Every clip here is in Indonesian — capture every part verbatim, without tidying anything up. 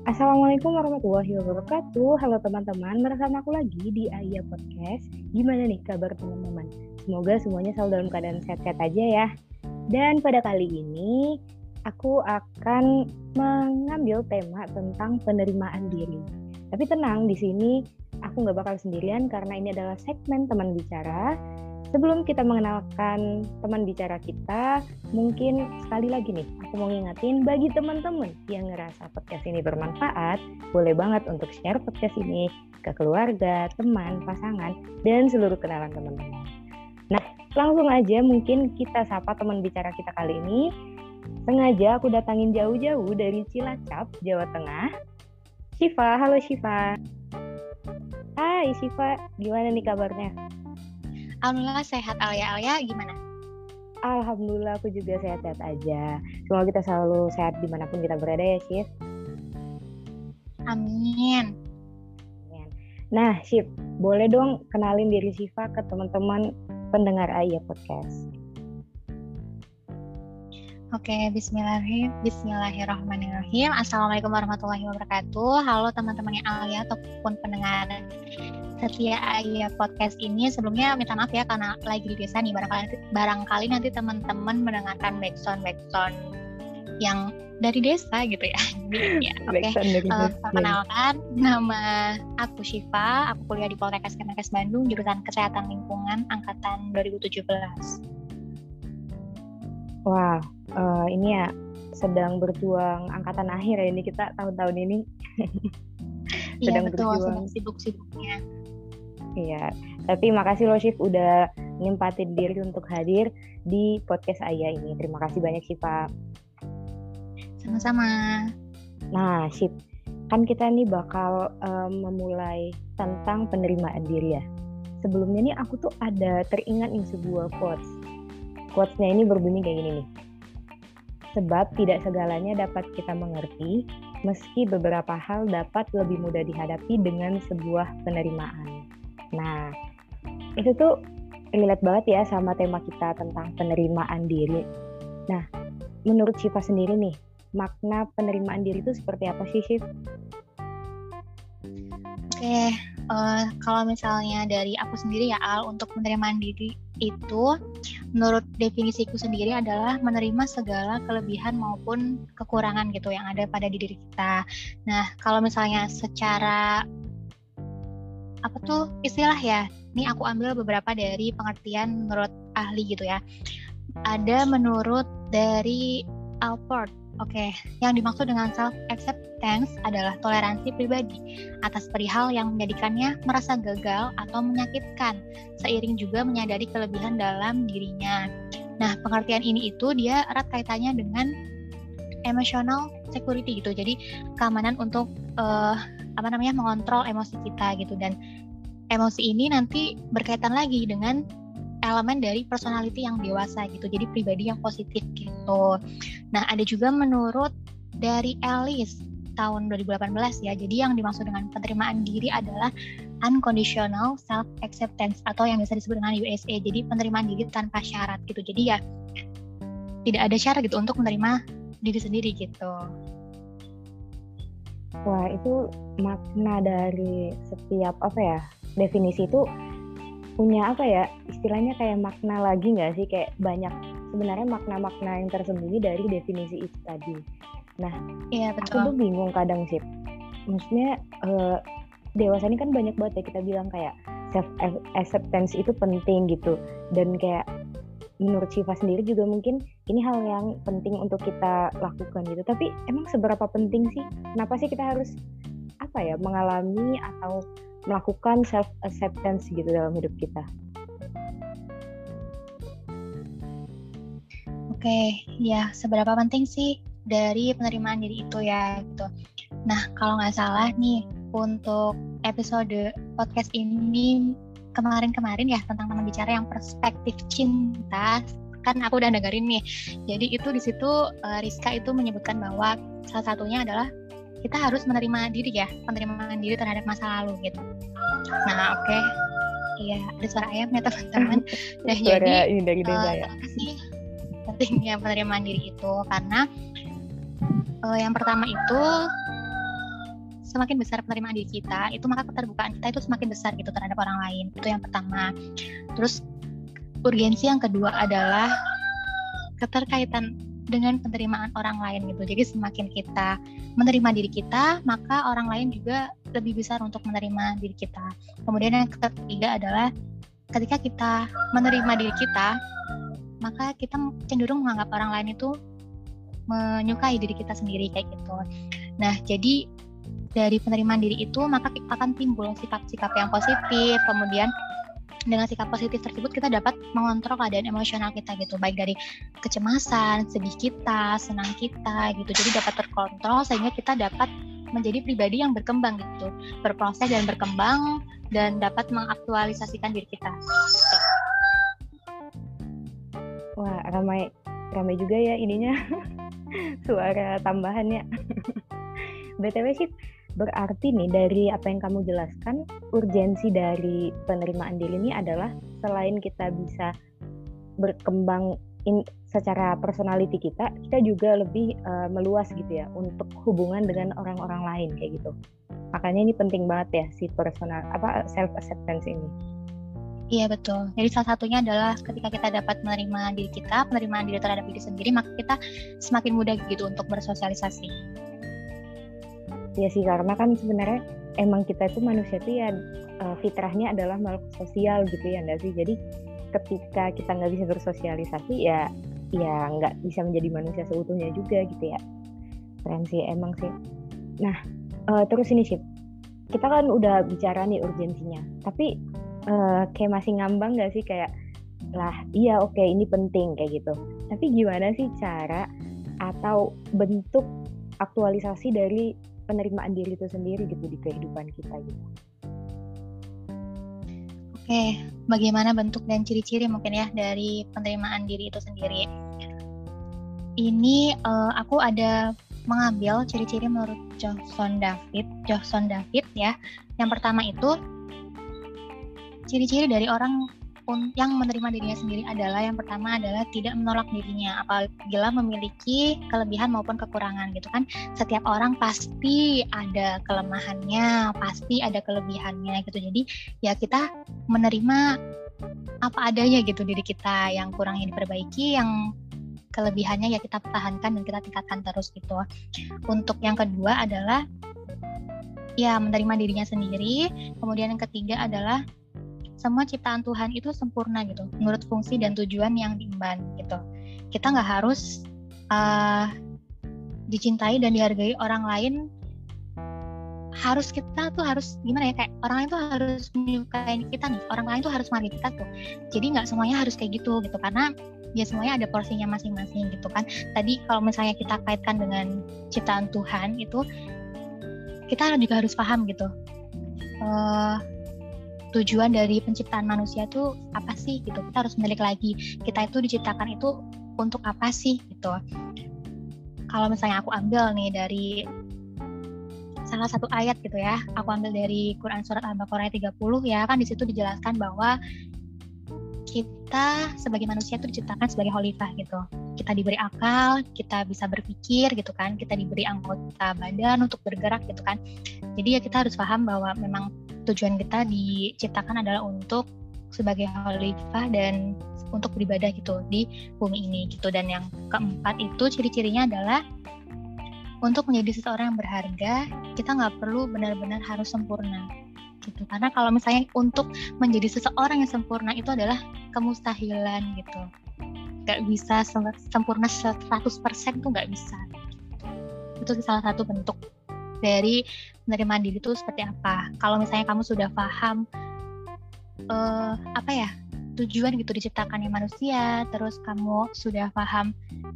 Assalamualaikum warahmatullahi wabarakatuh. Halo teman-teman, bersama aku lagi di Aya Podcast. Gimana nih kabar teman-teman? Semoga semuanya selalu dalam keadaan sehat-sehat aja ya. Dan pada kali ini aku akan mengambil tema tentang penerimaan diri. Tapi tenang, di sini aku nggak bakal sendirian karena ini adalah segmen teman bicara. Sebelum kita mengenalkan teman bicara kita, mungkin sekali lagi nih, aku mau ngingetin bagi teman-teman yang ngerasa podcast ini bermanfaat, boleh banget untuk share podcast ini ke keluarga, teman, pasangan, dan seluruh kenalan teman-teman. Nah, langsung aja mungkin kita sapa teman bicara kita kali ini. Sengaja aku datangin jauh-jauh dari Cilacap, Jawa Tengah. Syifa, halo Syifa. Hai Syifa, gimana nih kabarnya? Alhamdulillah sehat. Alia, Alia gimana? Alhamdulillah aku juga sehat-sehat aja. Semoga kita selalu sehat dimanapun kita berada ya, Syif. Amin. Nah, Syif, boleh dong kenalin diri Syifa ke teman-teman pendengar Aya Podcast. Oke, bismillahirrahmanirrahim. Bismillahirrahmanirrahim. Assalamualaikum warahmatullahi wabarakatuh. Halo teman-teman yang Alia ataupun pendengar setia Aya Podcast ini. Sebelumnya minta maaf ya karena lagi di desa nih, barangkali, barangkali nanti teman-teman mendengarkan backsound backsound yang dari desa gitu ya. ya Oke, okay. uh, perkenalkan nama aku Syifa. Aku kuliah di Poltekkes Kemenkes Bandung, jurusan Kesehatan Lingkungan angkatan dua ribu tujuh belas. Wah, uh, ini ya sedang berjuang angkatan akhir ya ini kita tahun-tahun ini. Iya betul, sedang sibuk-sibuknya. Iya, tapi makasih loh Syif udah nyempatin diri untuk hadir di podcast Aya ini. Terima kasih banyak sih Pak. Sama-sama. Nah Syif, kan kita nih bakal um, memulai tentang penerimaan diri ya. Sebelumnya nih aku tuh ada teringat nih sebuah quotes. Quotes-nya ini berbunyi kayak gini nih. Sebab tidak segalanya dapat kita mengerti, meski beberapa hal dapat lebih mudah dihadapi dengan sebuah penerimaan. Nah, itu tuh relate banget ya sama tema kita tentang penerimaan diri. Nah, menurut Syifa sendiri nih, makna penerimaan diri itu seperti apa sih, Syif? Oke, uh, kalau misalnya dari aku sendiri ya, Al, untuk penerimaan diri itu, menurut definisiku sendiri adalah menerima segala kelebihan maupun kekurangan gitu yang ada pada diri kita. Nah, kalau misalnya secara apa tuh istilah ya, ini aku ambil beberapa dari pengertian menurut ahli gitu ya. Ada menurut dari Alport. Oke, yang dimaksud dengan self-acceptance adalah toleransi pribadi atas perihal yang menjadikannya merasa gagal atau menyakitkan, seiring juga menyadari kelebihan dalam dirinya. Nah, pengertian ini itu dia erat kaitannya dengan emotional security gitu. Jadi keamanan untuk uh, apa namanya mengontrol emosi kita gitu, dan emosi ini nanti berkaitan lagi dengan elemen dari personality yang dewasa gitu, jadi pribadi yang positif gitu. Nah, ada juga menurut dari Ellis tahun dua ribu delapan belas ya, jadi yang dimaksud dengan penerimaan diri adalah unconditional self-acceptance atau yang biasa disebut dengan U S A, jadi penerimaan diri tanpa syarat gitu. Jadi ya tidak ada syarat gitu untuk menerima diri sendiri gitu. Wah, itu makna dari setiap apa ya, definisi itu punya apa ya, istilahnya kayak makna lagi nggak sih, kayak banyak sebenarnya makna-makna yang tersembunyi dari definisi itu tadi. Nah, iya, betul. Aku tuh bingung kadang sih, maksudnya uh, dewasa ini kan banyak banget ya kita bilang kayak self acceptance itu penting gitu, dan kayak menurut Syifa sendiri juga mungkin ini hal yang penting untuk kita lakukan gitu. Tapi emang seberapa penting sih? Kenapa sih kita harus apa ya mengalami atau melakukan self acceptance gitu dalam hidup kita? Oke, ya seberapa penting sih dari penerimaan diri itu ya gitu. Nah, kalau nggak salah nih untuk episode podcast ini kemarin-kemarin ya tentang teman bicara yang perspektif cinta, kan aku udah dengerin nih. Jadi itu di situ uh, Rizka itu menyebutkan bahwa salah satunya adalah kita harus menerima diri ya, penerimaan diri terhadap masa lalu gitu. Nah, oke. Okay. Iya, ada suara ayam ya teman-teman. Nah, suara jadi ini dari desa ya. Kenapa sih pentingnya penerimaan diri itu? Karena uh, yang pertama itu semakin besar penerimaan diri kita, itu maka keterbukaan kita itu semakin besar gitu terhadap orang lain. Itu yang pertama. Terus urgensi yang kedua adalah keterkaitan dengan penerimaan orang lain gitu. Jadi semakin kita menerima diri kita, maka orang lain juga lebih besar untuk menerima diri kita. Kemudian yang ketiga adalah ketika kita menerima diri kita, maka kita cenderung menganggap orang lain itu menyukai diri kita sendiri kayak gitu. Nah, jadi dari penerimaan diri itu maka akan timbul sikap-sikap yang positif. Kemudian dengan sikap positif tersebut kita dapat mengontrol keadaan emosional kita gitu, baik dari kecemasan, sedih kita, senang kita gitu. Jadi dapat terkontrol sehingga kita dapat menjadi pribadi yang berkembang gitu, berproses dan berkembang dan dapat mengaktualisasikan diri kita. Gitu. Wah, ramai ramai juga ya ininya. Suara tambahannya. B T W sih, berarti nih dari apa yang kamu jelaskan, urgensi dari penerimaan diri ini adalah selain kita bisa berkembang in, secara personality kita, kita juga lebih uh, meluas gitu ya untuk hubungan dengan orang-orang lain kayak gitu. Makanya ini penting banget ya si personal apa self acceptance ini. Iya betul. Jadi salah satunya adalah ketika kita dapat menerima diri kita, penerimaan diri terhadap diri sendiri, maka kita semakin mudah gitu untuk bersosialisasi. Ya sih, karena kan sebenarnya emang kita itu manusia tuh ya uh, fitrahnya adalah makhluk sosial gitu ya nggak sih. Jadi ketika kita nggak bisa bersosialisasi ya ya nggak bisa menjadi manusia seutuhnya juga gitu ya. Keren sih emang sih. Nah uh, terus ini sih, kita kan udah bicara nih urgensinya, tapi uh, kayak masih ngambang nggak sih kayak lah iya oke okay, ini penting kayak gitu. Tapi gimana sih cara atau bentuk aktualisasi dari penerimaan diri itu sendiri gitu di kehidupan kita gitu. Oke, bagaimana bentuk dan ciri-ciri mungkin ya dari penerimaan diri itu sendiri. Ini uh, aku ada mengambil ciri-ciri menurut Johnson David, Johnson David ya. Yang pertama itu ciri-ciri dari orang yang menerima dirinya sendiri adalah yang pertama adalah tidak menolak dirinya apabila memiliki kelebihan maupun kekurangan gitu kan. Setiap orang pasti ada kelemahannya, pasti ada kelebihannya gitu. Jadi ya kita menerima apa adanya gitu diri kita, yang kurangnya diperbaiki, yang kelebihannya ya kita pertahankan dan kita tingkatkan terus gitu. Untuk yang kedua adalah ya menerima dirinya sendiri. Kemudian yang ketiga adalah semua ciptaan Tuhan itu sempurna gitu, menurut fungsi dan tujuan yang diemban gitu. Kita nggak harus uh, dicintai dan dihargai orang lain. Harus kita tuh harus gimana ya, kayak orang lain tuh harus menyukai kita nih, orang lain tuh harus menghargai kita tuh. Jadi nggak semuanya harus kayak gitu gitu, karena ya semuanya ada porsinya masing-masing gitu kan. Tadi kalau misalnya kita kaitkan dengan ciptaan Tuhan itu, kita juga harus paham gitu. Uh, tujuan dari penciptaan manusia itu apa sih gitu. Kita harus menelik lagi, kita itu diciptakan itu untuk apa sih gitu. Kalau misalnya aku ambil nih dari salah satu ayat gitu ya, aku ambil dari Quran surat Al-Baqarah tiga puluh ya, kan di situ dijelaskan bahwa kita sebagai manusia itu diciptakan sebagai khalifah gitu. Kita diberi akal, kita bisa berpikir gitu kan, kita diberi anggota badan untuk bergerak gitu kan. Jadi ya kita harus paham bahwa memang tujuan kita diciptakan adalah untuk sebagai khalifah dan untuk beribadah gitu di bumi ini gitu. Dan yang keempat itu ciri-cirinya adalah untuk menjadi seseorang yang berharga, kita nggak perlu benar-benar harus sempurna gitu. Karena kalau misalnya untuk menjadi seseorang yang sempurna itu adalah kemustahilan gitu. Nggak bisa sempurna seratus persen tuh nggak bisa. Itu salah satu bentuk dari penerimaan diri itu seperti apa. Kalau misalnya kamu sudah paham uh, apa ya tujuan gitu diciptakannya manusia, terus kamu sudah paham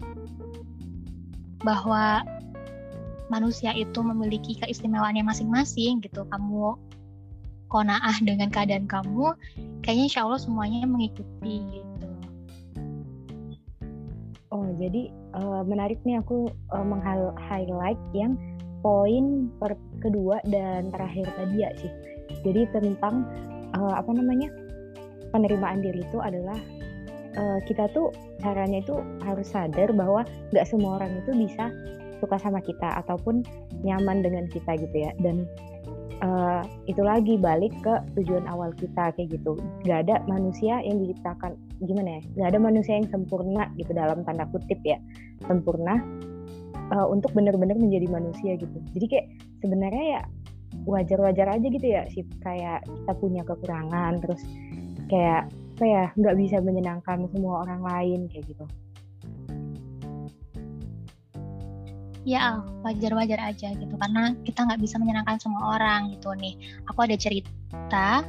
bahwa manusia itu memiliki keistimewaannya masing-masing gitu, kamu qanaah dengan keadaan kamu, kayaknya insya Allah semuanya mengikuti gitu. Oh jadi uh, menarik nih, aku uh, meng-highlight yang poin per kedua dan terakhir tadi ya sih. Jadi tentang uh, apa namanya penerimaan diri itu adalah uh, kita tuh caranya itu harus sadar bahwa nggak semua orang itu bisa suka sama kita ataupun nyaman dengan kita gitu ya. Dan uh, itu lagi balik ke tujuan awal kita kayak gitu. Gak ada manusia yang diciptakan gimana ya, gak ada manusia yang sempurna gitu dalam tanda kutip ya, sempurna uh, untuk benar-benar menjadi manusia gitu. Jadi kayak sebenarnya ya wajar-wajar aja gitu ya sih, kayak kita punya kekurangan, terus kayak apa ya, nggak bisa menyenangkan semua orang lain kayak gitu. Ya, wajar-wajar aja gitu, karena kita nggak bisa menyenangkan semua orang gitu nih. Aku ada cerita,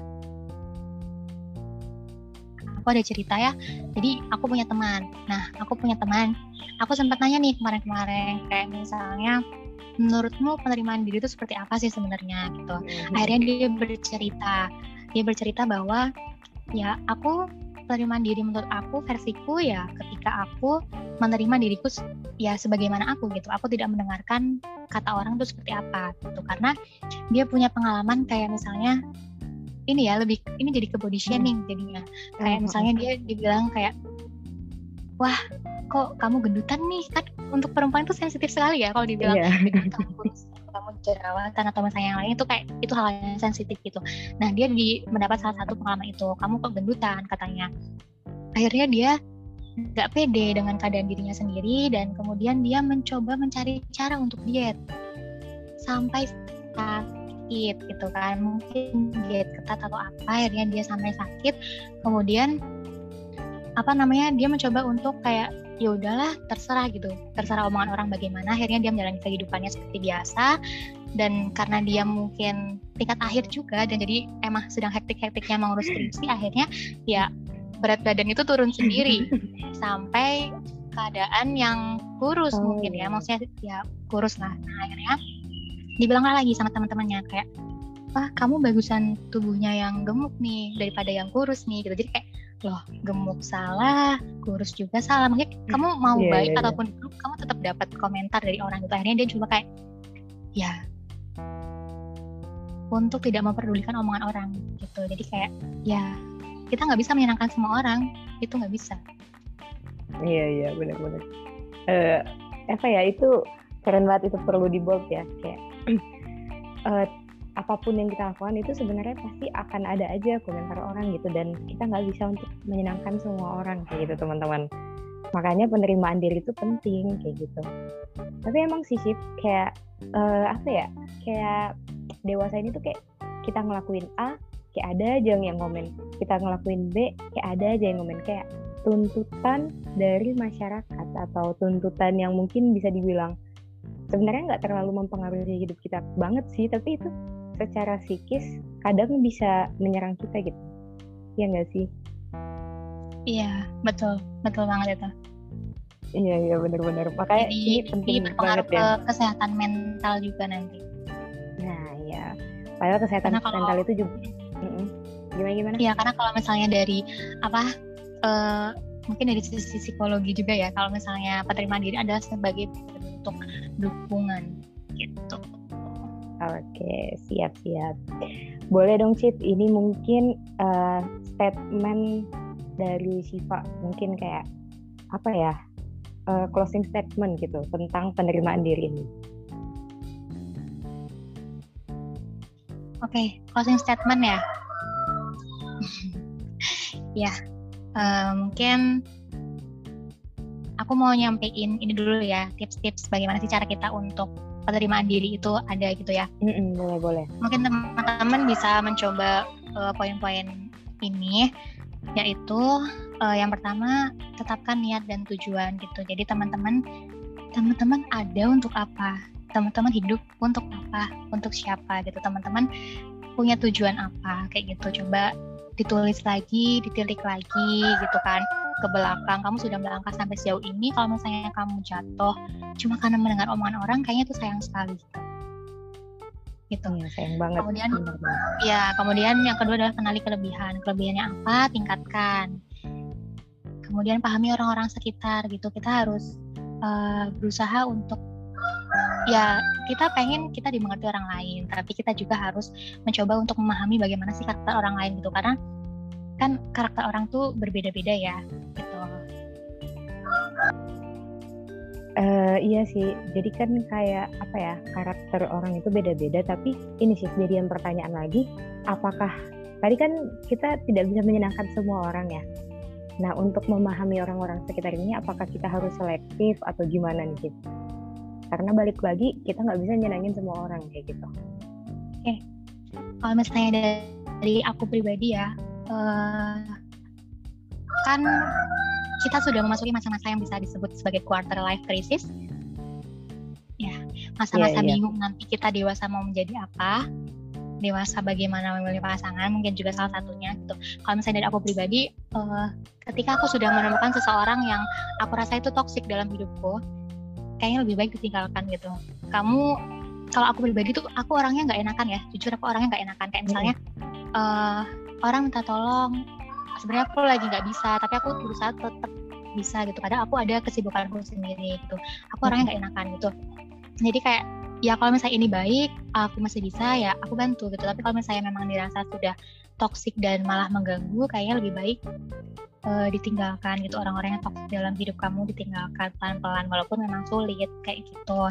aku ada cerita ya. Jadi aku punya teman. Nah, aku punya teman. Aku sempat nanya nih kemarin-kemarin, kayak misalnya, menurutmu penerimaan diri itu seperti apa sih sebenarnya gitu. Akhirnya dia bercerita, dia bercerita bahwa ya aku penerimaan diri menurut aku versiku ya ketika aku menerima diriku ya sebagaimana aku gitu. Aku tidak mendengarkan kata orang itu seperti apa gitu, karena dia punya pengalaman kayak misalnya ini ya lebih ini jadi ke body shaming jadinya. Kayak misalnya dia dibilang kayak, wah kok kamu gendutan nih, kan untuk perempuan itu sensitif sekali ya kalau dibilang yeah. gendutan, kurus, kamu jerawatan atau misalnya yang lain itu kayak itu hal yang sensitif gitu. Nah dia di, mendapat salah satu pengalaman itu, kamu kok gendutan katanya. Akhirnya dia nggak pede dengan keadaan dirinya sendiri dan kemudian dia mencoba mencari cara untuk diet sampai sakit gitu kan, mungkin diet ketat atau apa, akhirnya dia sampai sakit. Kemudian apa namanya dia mencoba untuk kayak ya udahlah terserah gitu, terserah omongan orang bagaimana. Akhirnya dia menjalani kehidupannya seperti biasa, dan karena dia mungkin tingkat akhir juga dan jadi emang sedang hektik-hektiknya mengurus skripsi, akhirnya ya berat badan itu turun sendiri sampai keadaan yang kurus oh. mungkin ya, maksudnya ya kurus lah. Nah akhirnya dibilanglah lagi sama teman-temannya kayak, wah kamu bagusan tubuhnya yang gemuk nih daripada yang kurus nih gitu. Jadi kayak, loh gemuk salah, kurus juga salah, mungkin kamu mau yeah, baik yeah, ataupun buruk yeah. kamu tetap dapat komentar dari orang itu. Akhirnya dia cuma kayak ya untuk tidak memperdulikan omongan orang gitu. Jadi kayak ya kita nggak bisa menyenangkan semua orang, itu nggak bisa. Iya iya benar-benar. Uh, apa ya itu keren banget, itu perlu di bold ya, kayak uh, apapun yang kita lakukan itu sebenarnya pasti akan ada aja komentar orang gitu, dan kita nggak bisa untuk menyenangkan semua orang kayak gitu teman-teman. Makanya penerimaan diri itu penting kayak gitu. Tapi emang sih Sip, kayak uh, apa ya, kayak dewasa ini tuh kayak kita ngelakuin A kayak ada aja yang komen, kita ngelakuin B kayak ada aja yang komen, kayak tuntutan dari masyarakat atau tuntutan yang mungkin bisa dibilang sebenarnya nggak terlalu mempengaruhi hidup kita banget sih, tapi itu secara psikis kadang bisa menyerang kita gitu, ya nggak sih? Iya betul, betul banget itu. Iya iya benar-benar, makanya jadi, ini penting jadi berpengaruh banget ya. Ke kesehatan mental juga nanti. Nah ya, padahal kesehatan kalau, mental itu juga gimana gimana? Iya karena kalau misalnya dari apa, uh, mungkin dari sisi psikologi juga ya, kalau misalnya penerimaan diri adalah sebagai bentuk dukungan gitu. Oke, siap-siap. Boleh dong, Cip. Ini mungkin uh, statement dari Syifa, mungkin kayak apa ya, uh, closing statement gitu tentang penerimaan diri ini. Oke, okay, closing statement ya. ya, uh, mungkin aku mau nyampein ini dulu ya, tips-tips bagaimana sih cara kita untuk penerimaan diri itu ada gitu ya. Mm-mm, boleh boleh. Mungkin teman-teman bisa mencoba uh, poin-poin ini, yaitu uh, yang pertama tetapkan niat dan tujuan gitu. Jadi teman-teman teman-teman ada untuk apa? Teman-teman hidup untuk apa? Untuk siapa gitu? Teman-teman punya tujuan apa? Kayak gitu. Coba ditulis lagi, ditilik lagi gitu kan ke belakang. Kamu sudah melangkah sampai sejauh ini. Kalau misalnya kamu jatuh cuma karena mendengar omongan orang, kayaknya itu sayang sekali gitu. Gitu. Ya, sayang banget. Kemudian, ya kemudian yang kedua adalah kenali kelebihan. Kelebihannya apa? Tingkatkan. Kemudian pahami orang-orang sekitar gitu. Kita harus uh, berusaha untuk ya kita pengen kita dimengerti orang lain, tapi kita juga harus mencoba untuk memahami bagaimana sih karakter orang lain gitu, karena kan karakter orang tuh berbeda-beda ya gitu. Uh, iya sih, jadi kan kayak apa ya, karakter orang itu beda-beda, tapi ini sih jadian pertanyaan lagi, apakah tadi kan kita tidak bisa menyenangkan semua orang ya. Nah, untuk memahami orang-orang sekitar ini, apakah kita harus selektif atau gimana nih gitu? Karena balik lagi, kita nggak bisa nyenangin semua orang kayak gitu. Oke, okay. Kalau misalnya dari, dari aku pribadi ya, uh, kan kita sudah memasuki masa-masa yang bisa disebut sebagai quarter life crisis. Ya, masa-masa yeah, yeah. bingung nanti kita dewasa mau menjadi apa, dewasa bagaimana memilih pasangan, mungkin juga salah satunya gitu. Kalau misalnya dari aku pribadi, uh, ketika aku sudah menemukan seseorang yang aku rasa itu toksik dalam hidupku, kayaknya lebih baik ditinggalkan gitu. Kamu, kalau aku pribadi tuh, aku orangnya nggak enakan ya, jujur aku orangnya nggak enakan. Kayak misalnya uh, orang minta tolong, sebenarnya aku lagi nggak bisa, tapi aku berusaha tetap bisa gitu. Kadang aku ada kesibukanku sendiri gitu. Aku orangnya nggak enakan gitu. Jadi kayak ya kalau misalnya ini baik, aku masih bisa ya aku bantu gitu. Tapi kalau misalnya memang dirasa sudah toksik dan malah mengganggu, kayaknya lebih baik uh, ditinggalkan gitu. Orang-orang yang toksik dalam hidup kamu ditinggalkan pelan-pelan, walaupun memang sulit kayak gitu.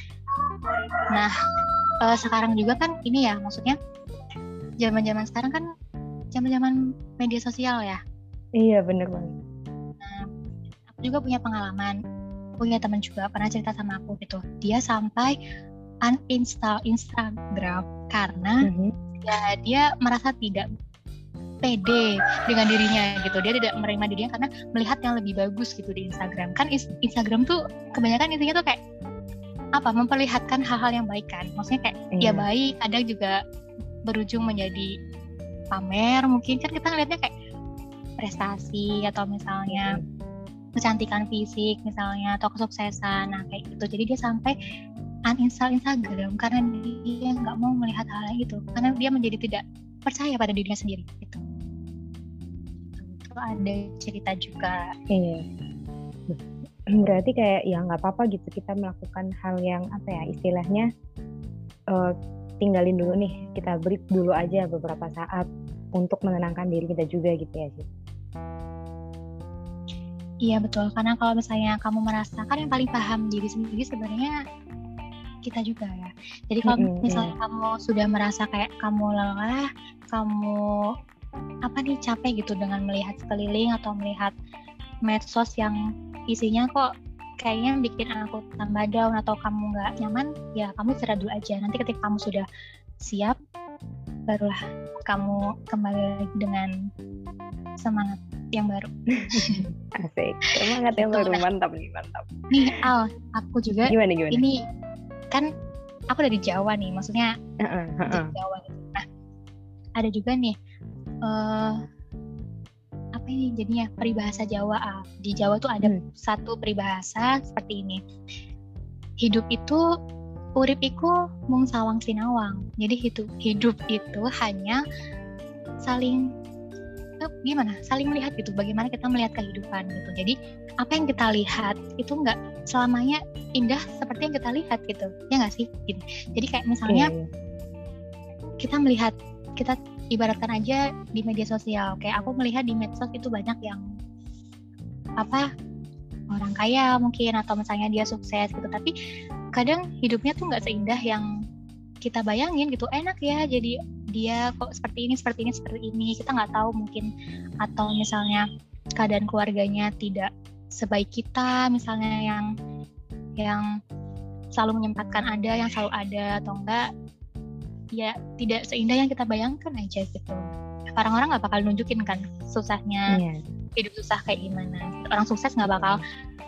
Nah uh, sekarang juga kan ini ya, maksudnya zaman-zaman sekarang kan zaman-zaman media sosial ya. Iya bener banget. Nah, aku juga punya pengalaman, punya teman juga pernah cerita sama aku gitu. Dia sampai uninstall Instagram karena mm-hmm. ya dia merasa tidak pede dengan dirinya gitu. Dia tidak menerima dirinya karena melihat yang lebih bagus gitu di Instagram. Kan Instagram tuh kebanyakan isinya tuh kayak apa? Memperlihatkan hal-hal yang baik kan. Maksudnya kayak mm. ya baik, kadang juga berujung menjadi pamer, mungkin kan kita ngeliatnya kayak prestasi atau misalnya kecantikan fisik misalnya atau kesuksesan, nah kayak gitu. Jadi dia sampai uninstall Instagram karena dia nggak mau melihat hal itu, karena dia menjadi tidak percaya pada dirinya sendiri gitu. Itu ada cerita juga. Iya. Berarti kayak ya nggak apa-apa gitu kita melakukan hal yang apa ya istilahnya uh, tinggalin dulu nih, kita break dulu aja beberapa saat untuk menenangkan diri kita juga gitu ya sih. Iya betul, karena kalau misalnya kamu merasakan yang paling paham diri sendiri sebenarnya kita juga ya. Jadi kalau mm-hmm, misalnya mm. kamu sudah merasa kayak kamu lelah, kamu apa nih capek gitu dengan melihat sekeliling atau melihat medsos yang isinya kok kayaknya bikin aku tambah down atau kamu nggak nyaman, ya kamu istirahat dulu aja. Nanti ketika kamu sudah siap, barulah kamu kembali lagi dengan semangat yang baru. Asik, semangat yang baru, mantap nih, mantap. Nih Al, aku juga gimana, gimana? Ini kan aku dari Jawa nih, maksudnya uh-uh, uh-uh. dari Jawa gitu. Nah, ada juga nih uh, apa ini jadinya peribahasa Jawa. ah. Di Jawa tuh ada hmm. satu peribahasa seperti ini. Hidup itu urip iku mung sawang sinawang. Jadi hidup hidup itu hanya saling eh, gimana? Saling melihat gitu. Bagaimana kita melihat kehidupan gitu. Jadi apa yang kita lihat itu nggak selamanya indah seperti yang kita lihat gitu. Ya nggak sih? Gitu. Jadi kayak misalnya yeah, yeah. kita melihat kita ibaratkan aja di media sosial, kayak aku melihat di medsos itu banyak yang apa orang kaya mungkin atau misalnya dia sukses gitu, tapi kadang hidupnya tuh nggak seindah yang kita bayangin gitu. Enak ya jadi dia kok seperti ini seperti ini seperti ini, kita nggak tahu mungkin, atau misalnya keadaan keluarganya tidak sebaik kita misalnya, yang yang selalu menyempatkan ada, yang selalu ada atau enggak ya tidak seindah yang kita bayangkan aja gitu. Orang-orang nggak bakal nunjukin kan susahnya, yeah. hidup susah kayak gimana. Orang sukses nggak bakal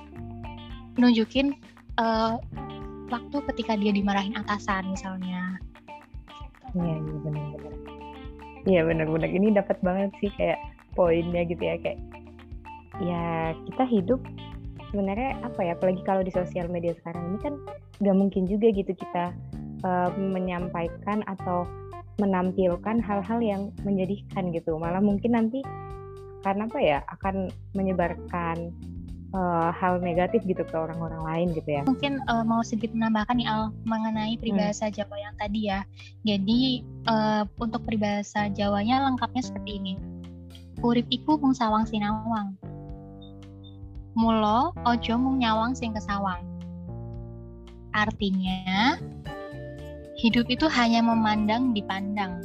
nunjukin uh, waktu ketika dia dimarahin atasan misalnya. Iya, iya benar-benar. Iya benar-benar, ini dapat banget sih kayak poinnya gitu ya, kayak ya kita hidup sebenarnya apa ya, apalagi kalau di sosial media sekarang ini kan nggak mungkin juga gitu kita Uh, menyampaikan atau menampilkan hal-hal yang menjadikan gitu, malah mungkin nanti karena apa ya akan menyebarkan uh, hal negatif gitu ke orang-orang lain gitu ya. Mungkin uh, mau sedikit menambahkan nih Al mengenai peribahasa hmm. Jawa yang tadi ya. Jadi uh, untuk peribahasa Jawanya lengkapnya seperti ini. Urip iku mung sawang sinawang, mulo ojo mung nyawang sing kesawang. Artinya, hidup itu hanya memandang dipandang.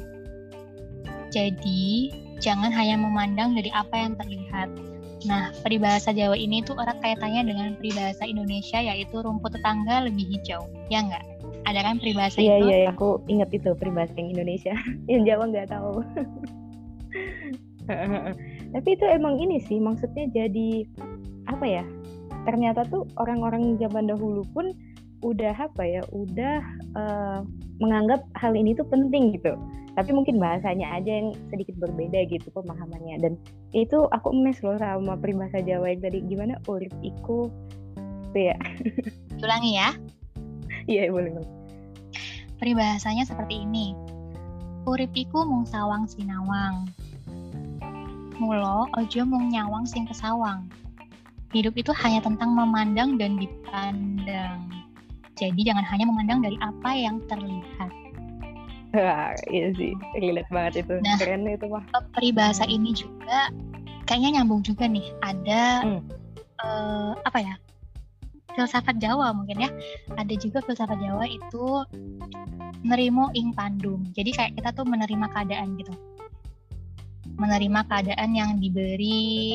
Jadi, jangan hanya memandang dari apa yang terlihat. Nah, peribahasa Jawa ini tuh erat kaitannya dengan peribahasa Indonesia, yaitu rumput tetangga lebih hijau. Ya nggak? Ada kan peribahasa iya, itu? Iya, iya, aku ingat itu peribahasa yang Indonesia. Yang Jawa nggak tahu. Tapi itu emang ini sih, maksudnya jadi apa ya? Ternyata tuh orang-orang zaman dahulu pun udah apa ya? Udah uh, menganggap hal ini tuh penting gitu. Tapi mungkin bahasanya aja yang sedikit berbeda gitu pemahamannya. Dan itu aku emes loh sama peribahasa Jawa yang tadi, gimana urip iku itu ya. Ulangi ya. Iya, boleh boleh. Peribahasanya seperti ini. Urip iku mung sawang sinawang. Mulo ojo mung nyawang sing kesawang. Hidup itu hanya tentang memandang dan dipandang. Jadi jangan hanya memandang dari apa yang terlihat. Wah, iya sih, relate banget itu. Nah, keren itu mah. Peribahasa hmm. ini juga kayaknya nyambung juga nih. Ada hmm. uh, apa ya? Filsafat Jawa mungkin ya. Ada juga filsafat Jawa itu nerimo ing pandum. Jadi kayak kita tuh menerima keadaan gitu. Menerima keadaan yang diberi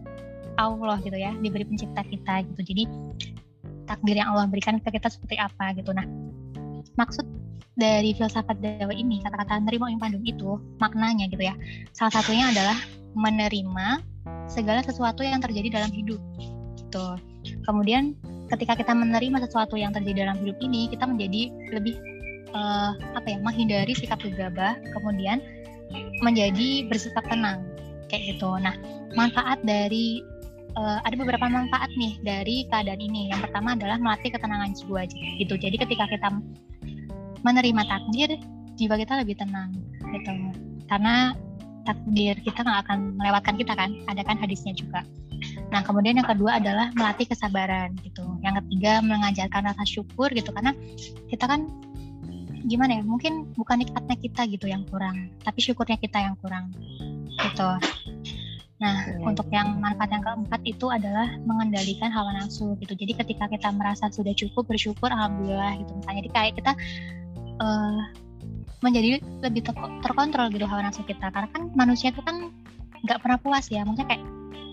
Allah gitu ya, diberi pencipta kita gitu. Jadi takdir yang Allah berikan ke kita seperti apa gitu. Nah, maksud dari filsafat Jawa ini, kata-kata nerimo ing pandum itu maknanya gitu ya. Salah satunya adalah menerima segala sesuatu yang terjadi dalam hidup gitu. Kemudian ketika kita menerima sesuatu yang terjadi dalam hidup ini, kita menjadi lebih uh, apa ya, menghindari sikap gegabah, kemudian menjadi bersikap tenang kayak gitu. Nah, manfaat dari uh, ada beberapa manfaat nih dari keadaan ini. Yang pertama adalah melatih ketenangan jiwa gitu. Jadi ketika kita menerima takdir, jiwa kita lebih tenang gitu. Karena takdir kita nggak akan melewatkan kita kan, ada kan hadisnya juga. Nah, kemudian yang kedua adalah melatih kesabaran gitu. Yang ketiga mengajarkan rasa syukur gitu, karena kita kan gimana ya, mungkin bukan nikmatnya kita gitu yang kurang, tapi syukurnya kita yang kurang gitu. Nah, hmm. untuk yang manfaat yang keempat itu adalah mengendalikan hawa nafsu gitu. Jadi ketika kita merasa sudah cukup, bersyukur alhamdulillah gitu. Misalnya, jadi kayak kita uh, menjadi lebih ter- terkontrol gitu hawa nafsu kita. Karena kan manusia itu kan nggak pernah puas ya, maksudnya kayak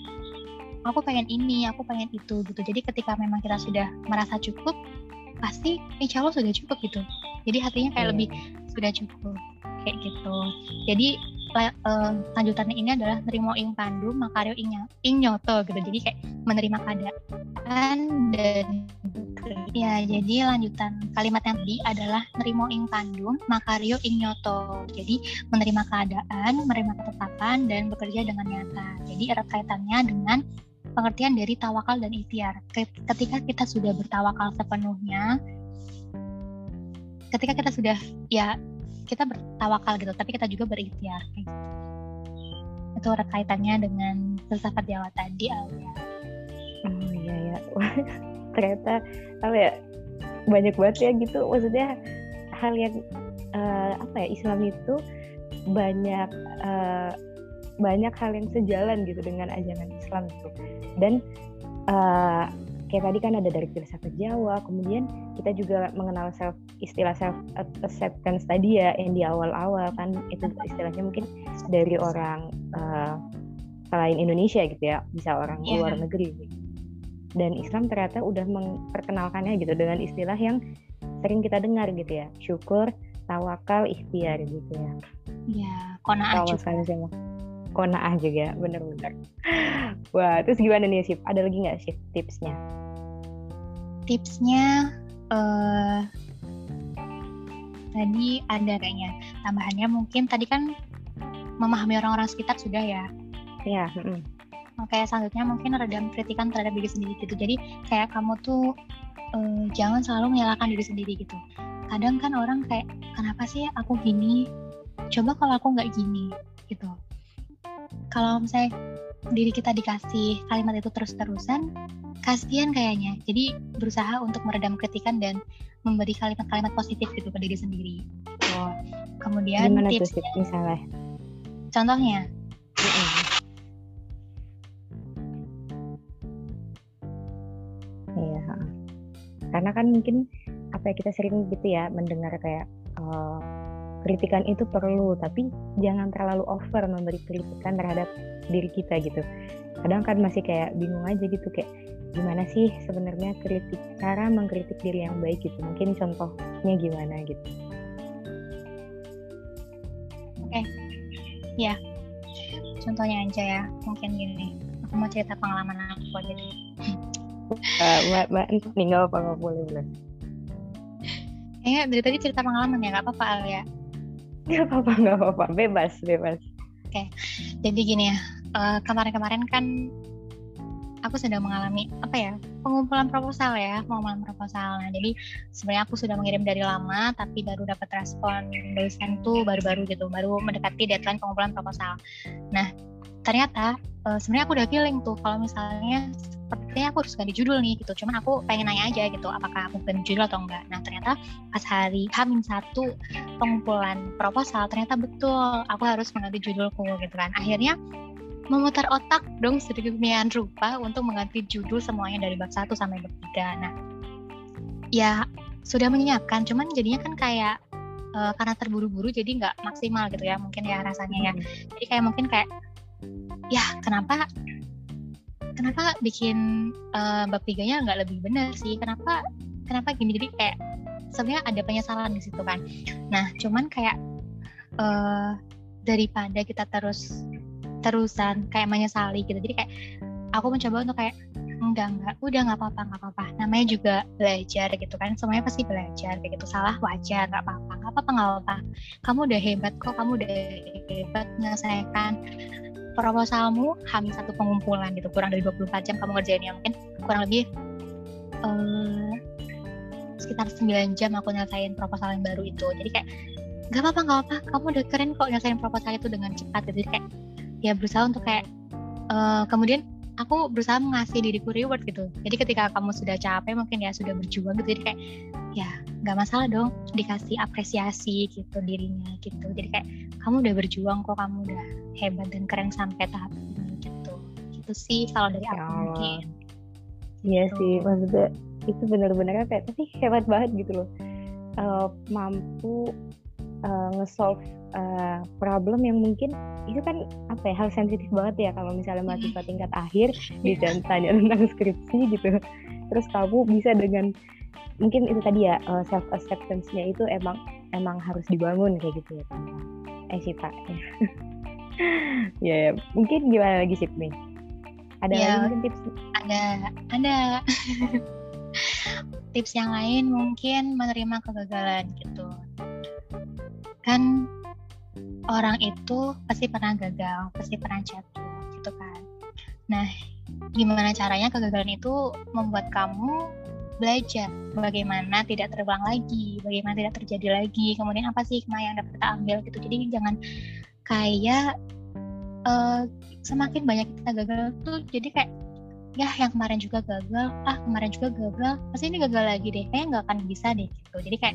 aku pengen ini, aku pengen itu gitu. Jadi ketika memang kita sudah merasa cukup, pasti insya Allah sudah cukup gitu. Jadi hatinya kayak yeah. lebih sudah cukup kayak gitu. Jadi uh, lanjutannya ini adalah nerimo ing pandu makaryo ing, ing nyoto gitu. Jadi kayak menerima keadaan dan ya, jadi lanjutan kalimat yang tadi adalah nerimo ing pandu makaryo ing nyoto. Jadi menerima keadaan, menerima ketetapan dan bekerja dengan nyata. Jadi erat kaitannya dengan pengertian dari tawakal dan ikhtiar. Ketika kita sudah bertawakal sepenuhnya, ketika kita sudah ya kita bertawakal gitu, tapi kita juga berikhtiar. Itu erat kaitannya dengan filsafat Jawa tadi, Alia. Oh iya ya, ternyata apa ya, banyak banget ya gitu. Maksudnya hal yang uh, apa ya, Islam itu banyak uh, banyak hal yang sejalan gitu dengan ajaran Islam gitu. Dan uh, kayak tadi kan ada dari filsafat Jawa, kemudian kita juga mengenal self istilah self acceptance tadi ya, yang di awal-awal kan itu istilahnya mungkin dari orang uh, selain Indonesia gitu ya, bisa orang yeah. luar negeri gitu. Dan Islam ternyata udah memperkenalkannya gitu dengan istilah yang sering kita dengar gitu ya, syukur, tawakal, ikhtiar gitu ya. Iya, qanaah juga. Qanaah juga, bener-bener. Wah, terus gimana nih Sif? Ada lagi nggak Sif tipsnya? Tipsnya uh, tadi ada kayaknya. Tambahannya mungkin tadi kan memahami orang-orang sekitar sudah ya. Iya. Mm-hmm. Oke, selanjutnya mungkin redam kritikan terhadap diri sendiri gitu. Jadi kayak kamu tuh uh, jangan selalu menyalahkan diri sendiri gitu. Kadang kan orang kayak, kenapa sih aku gini? Coba kalau aku nggak gini gitu. Kalau misalnya diri kita dikasih kalimat itu terus-terusan, kasihan kayaknya. Jadi berusaha untuk meredam kritikan dan memberi kalimat-kalimat positif gitu ke diri sendiri. Oh. Kemudian gimana tips tuh misalnya? Contohnya? Iya. Karena kan mungkin apa ya, kita sering gitu ya mendengar kayak uh, kritikan itu perlu, tapi jangan terlalu over memberi kritikan terhadap diri kita gitu. Kadang kan masih kayak bingung aja gitu, kayak gimana sih sebenarnya kritik, cara mengkritik diri yang baik gitu. Mungkin contohnya gimana gitu. Oke, okay. Ya, contohnya aja ya, mungkin gini. Aku mau cerita pengalaman aku aja deh. Uh, mbak, mbak, nih nggak apa nggak boleh boleh. Kayaknya dari tadi cerita pengalaman ya, nggak apa-apa Al ya? Nggak apa-apa, nggak apa-apa, bebas, bebas. Oke, okay. Jadi gini ya, uh, kemarin-kemarin kan aku sedang mengalami apa ya, pengumpulan proposal ya, pengumpulan proposal. Nah, jadi sebenarnya aku sudah mengirim dari lama, tapi baru dapat respon dosen tuh baru-baru gitu, baru mendekati deadline pengumpulan proposal. Nah, ternyata uh, sebenarnya aku udah feeling tuh kalau misalnya sepertinya aku harus ganti judul nih gitu. Cuman aku pengen nanya aja gitu, apakah aku ganti judul atau enggak. Nah, ternyata pas hari H minus satu pengumpulan proposal, ternyata betul aku harus mengganti judulku gitu kan. Akhirnya memutar otak dong sedemikian rupa untuk mengganti judul semuanya dari bab satu sampai bab tiga. Nah, ya sudah menyiapkan, cuman jadinya kan kayak uh, karena terburu-buru jadi nggak maksimal gitu ya, mungkin ya rasanya ya. Jadi kayak mungkin kayak, ya kenapa kenapa bikin uh, bab tiganya nggak lebih benar sih? Kenapa kenapa gini? Jadi kayak sebenarnya ada penyesalan di situ kan. Nah, cuman kayak uh, daripada kita terus terusan kayak menyesali gitu, jadi kayak aku mencoba untuk kayak enggak enggak udah nggak apa-apa nggak apa-apa, namanya juga belajar gitu kan, semuanya pasti belajar kayak gitu, salah wajar, nggak apa-apa nggak apa-apa nggak apa-apa, kamu udah hebat kok, kamu udah hebat menyelesaikan proposalmu hamil satu pengumpulan gitu, kurang dari dua puluh empat jam kamu ngerjainnya, mungkin kurang lebih uh, sekitar sembilan jam aku nyelesain proposal yang baru itu. Jadi kayak nggak apa-apa nggak apa-apa, kamu udah keren kok nyelesain proposal itu dengan cepat gitu. Jadi kayak ya berusaha untuk kayak uh, kemudian aku berusaha mengasih diriku reward gitu. Jadi ketika kamu sudah capek mungkin ya sudah berjuang gitu, jadi kayak ya nggak masalah dong dikasih apresiasi gitu dirinya gitu. Jadi kayak kamu udah berjuang kok, kamu udah hebat dan keren sampai tahap ini gitu. Gitu sih kalau dari aku ya mungkin. Iya gitu sih, maksudnya itu benar-benar kayak tapi hebat banget gitu loh. Uh, mampu uh, nge-solve uh, problem yang mungkin itu kan apa ya, hal sensitif banget ya kalau misalnya mahasiswa tingkat akhir ditanya tentang skripsi gitu, terus kamu bisa dengan mungkin itu tadi ya, uh, self acceptance-nya itu emang emang harus dibangun kayak gitu ya eh sih Pak ya, ya mungkin gimana lagi sih nih, ada ya, lagi mungkin tips? Ada ada tips yang lain mungkin menerima kegagalan gitu kan. Orang itu pasti pernah gagal, pasti pernah jatuh gitu kan. Nah, gimana caranya kegagalan itu membuat kamu belajar bagaimana tidak terulang lagi, bagaimana tidak terjadi lagi, kemudian apa sih hikmah yang dapat kita ambil gitu. Jadi jangan kayak uh, semakin banyak kita gagal tuh jadi kayak ya yang kemarin juga gagal, ah kemarin juga gagal, pasti ini gagal lagi deh, kayaknya nggak akan bisa deh gitu. Jadi kayak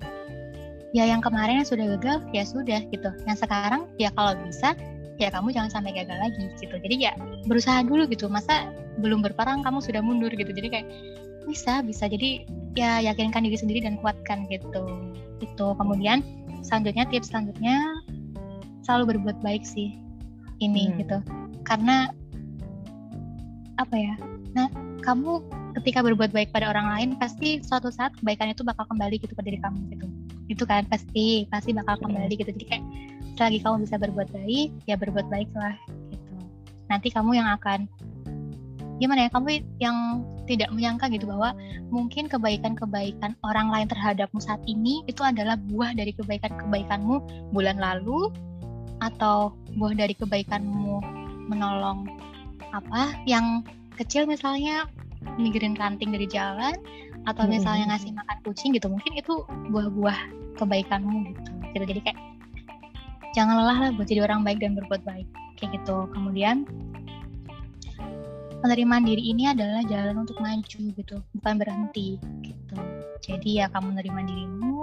ya yang kemarin yang sudah gagal ya sudah gitu, yang sekarang ya kalau bisa ya kamu jangan sampai gagal lagi gitu. Jadi ya berusaha dulu gitu, masa belum berperang kamu sudah mundur gitu. Jadi kayak bisa bisa jadi ya yakinkan diri sendiri dan kuatkan gitu. Itu kemudian selanjutnya tips selanjutnya selalu berbuat baik sih ini hmm. gitu, karena apa ya, nah kamu ketika berbuat baik pada orang lain pasti suatu saat kebaikan itu bakal kembali gitu ke diri kamu gitu. Itu kan pasti pasti bakal kembali gitu. Jadi kayak selagi kamu bisa berbuat baik ya berbuat baiklah gitu. Nanti kamu yang akan gimana ya, kamu yang tidak menyangka gitu bahwa mungkin kebaikan-kebaikan orang lain terhadapmu saat ini itu adalah buah dari kebaikan-kebaikanmu bulan lalu, atau buah dari kebaikanmu menolong apa yang kecil, misalnya minggirin ranting dari jalan, atau misalnya ngasih makan kucing gitu. Mungkin itu buah-buah kebaikanmu gitu. gitu. Jadi kayak jangan lelah lah buat jadi orang baik dan berbuat baik kayak gitu. Kemudian penerimaan diri ini adalah jalan untuk maju gitu, bukan berhenti gitu. Jadi ya kamu menerima dirimu,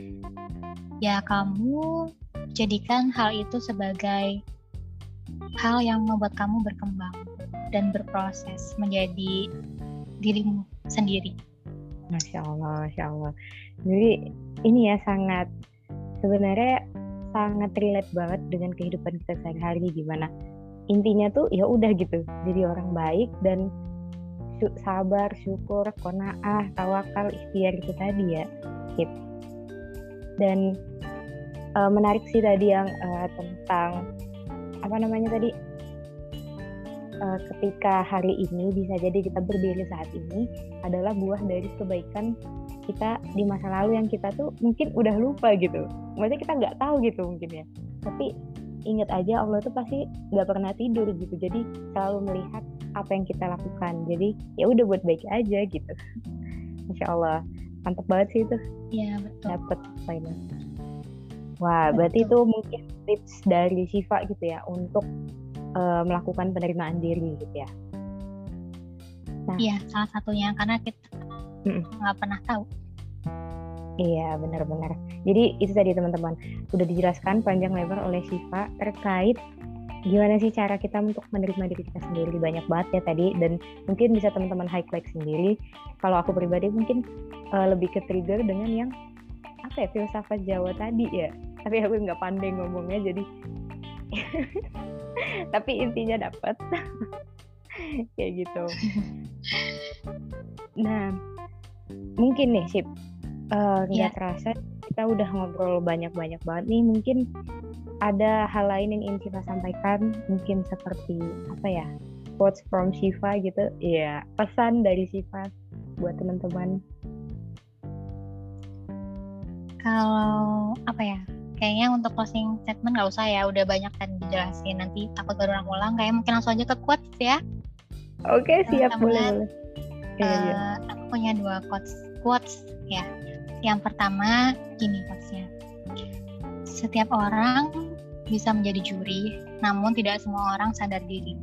ya kamu jadikan hal itu sebagai hal yang membuat kamu berkembang dan berproses menjadi dirimu sendiri Masya Allah, Masya Allah. Jadi ini ya sangat sebenarnya sangat relate banget dengan kehidupan kita sehari-hari, gimana intinya tuh ya udah gitu jadi orang baik dan sy- sabar, syukur, qanaah, tawakal, ikhtiar itu tadi ya, Sip. Dan eh, menarik sih tadi yang eh, tentang apa namanya tadi, eh, ketika hari ini bisa jadi kita berdiri saat ini adalah buah dari kebaikan kita di masa lalu yang kita tuh mungkin udah lupa gitu. Maksudnya kita nggak tahu gitu mungkin ya. Tapi ingat aja Allah tuh pasti nggak pernah tidur gitu. Jadi selalu melihat apa yang kita lakukan. Jadi ya udah buat baik aja gitu. Masya Allah, mantap banget sih itu. Iya, betul. Dapet poinnya. Wah, berarti itu Betul. mungkin tips dari Syifa gitu ya untuk eh, melakukan penerimaan diri gitu ya. Nah, Iya, salah satunya karena kita mm-mm. nggak pernah tahu. Iya, benar-benar. Jadi itu tadi teman-teman, udah dijelaskan panjang lebar oleh Syifa terkait gimana sih cara kita untuk menerima diri kita sendiri. Banyak banget ya tadi, dan mungkin bisa teman-teman highlight sendiri. Kalau aku pribadi mungkin uh, lebih ke trigger dengan yang apa ya, filsafat Jawa tadi ya. Tapi aku nggak pandai ngomongnya, jadi tapi intinya dapat kayak gitu. Nah, mungkin nih Sip, uh, nggak Iya. terasa kita udah ngobrol banyak-banyak banget nih. Mungkin ada hal lain yang ingin Syifa sampaikan, mungkin seperti apa ya, quotes from Syifa gitu. Iya, pesan dari Syifa buat teman-teman. Kalau apa ya? Kayaknya untuk closing statement nggak usah ya, udah banyak kan dijelasin. Nanti takut berulang-ulang, kayak mungkin langsung aja ke quotes ya. Oke, siap, Teman-teman, boleh boleh. Iya, Uh, iya. aku punya dua quotes, quotes ya. Yang pertama gini quotesnya. Setiap orang bisa menjadi juri, namun tidak semua orang sadar diri.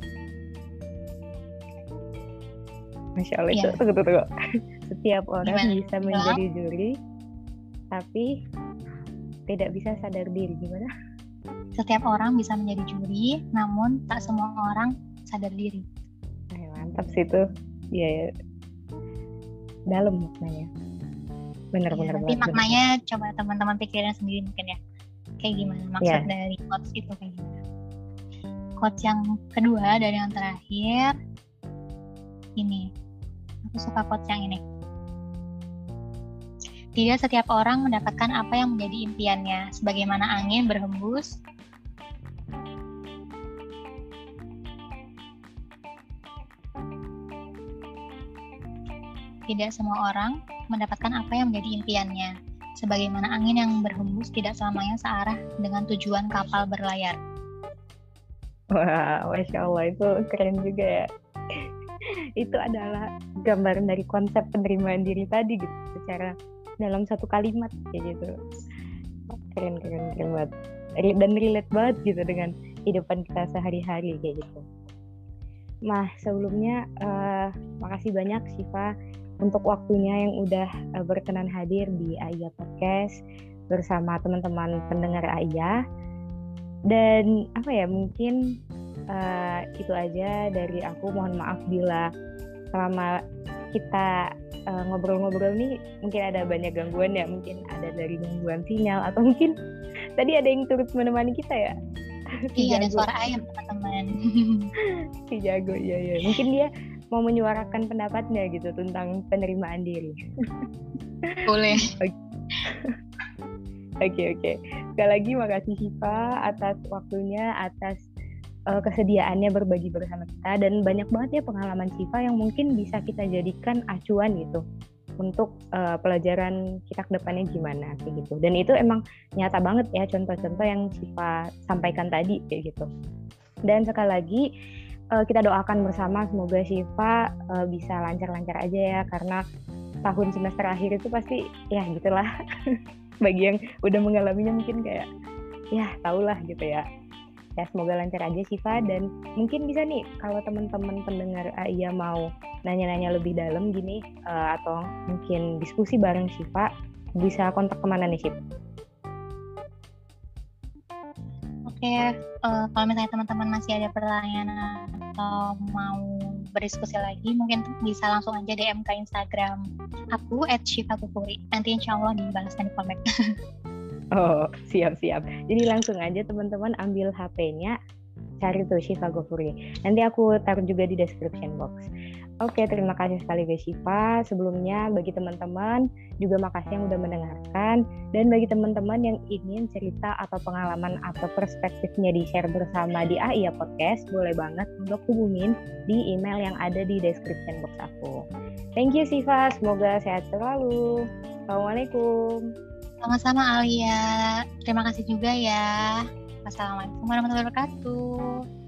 Masya Allah, itu Iya. tunggu tunggu. tunggu. Setiap orang Gimana? bisa Bilang? menjadi juri, tapi tidak bisa sadar diri. Gimana? Setiap orang bisa menjadi juri, namun tak semua orang sadar diri. Ay, mantap sih itu. Iya, ya. Dalam maknanya. Benar-benar Ya, nanti banget. maknanya coba teman-teman pikirin sendiri mungkin ya. Kayak gimana maksud Ya. dari quotes itu kayak gimana. Quotes yang kedua dari yang terakhir ini. Aku suka quotes yang ini. Tidak setiap orang mendapatkan apa yang menjadi impiannya, sebagaimana angin berhembus. Tidak semua orang mendapatkan apa yang menjadi impiannya, sebagaimana angin yang berhembus tidak selamanya searah dengan tujuan kapal berlayar. Wah, Masya Allah, itu keren juga ya. Itu adalah gambaran dari konsep penerimaan diri tadi gitu, secara dalam satu kalimat kayak gitu. Keren, keren, keren banget. Dan relate banget gitu dengan kehidupan kita sehari-hari kayak gitu. Nah, sebelumnya uh, makasih banyak Syifa untuk waktunya yang udah uh, berkenan hadir di A I A Podcast bersama teman-teman pendengar A I A. Dan apa ya, mungkin uh, itu aja dari aku. Mohon maaf bila selama kita uh, ngobrol-ngobrol nih mungkin ada banyak gangguan ya, mungkin ada dari gangguan sinyal atau mungkin tadi ada yang turut menemani kita ya. Si Iya, ada Jago. suara ayam teman-teman. Si Jago, iya iya. Mungkin dia mau menyuarakan pendapatnya gitu tentang penerimaan diri. Boleh. Oke oke. Sekali lagi makasih Syifa atas waktunya, atas uh, kesediaannya berbagi bersama kita, dan banyak banget ya pengalaman Syifa yang mungkin bisa kita jadikan acuan gitu untuk uh, pelajaran kita ke depannya gimana kayak gitu. Dan itu emang nyata banget ya contoh-contoh yang Syifa sampaikan tadi kayak gitu. Dan sekali lagi uh, kita doakan bersama semoga Syifa uh, bisa lancar-lancar aja ya, karena tahun semester akhir itu pasti ya gitulah. Bagi yang udah mengalaminya mungkin kayak ya tahulah gitu ya. Ya semoga lancar aja Syifa, dan mungkin bisa nih kalau teman-teman pendengar A I A mau nanya-nanya lebih dalam gini uh, atau mungkin diskusi bareng Syifa, bisa kontak kemana nih Syif? Oke, uh, kalau misalnya teman-teman masih ada pertanyaan atau mau berdiskusi lagi, mungkin bisa langsung aja D M ke Instagram aku at Shiva Kukuri. Nanti insya Allah dibalas dan di-comment. Oh, siap-siap. Jadi langsung aja teman-teman ambil H P-nya, cari tuh Shiva Gofuri. Nanti aku taruh juga di description box. Oke, terima kasih sekali guys Shiva. Sebelumnya bagi teman-teman juga makasih yang udah mendengarkan, dan bagi teman-teman yang ingin cerita atau pengalaman atau perspektifnya di-share bersama di A I A Podcast, boleh banget untuk hubungin di email yang ada di description box aku. Thank you Shiva, semoga sehat selalu. Assalamualaikum. Sama-sama Alia. Terima kasih juga ya. Wassalamualaikum warahmatullahi wabarakatuh.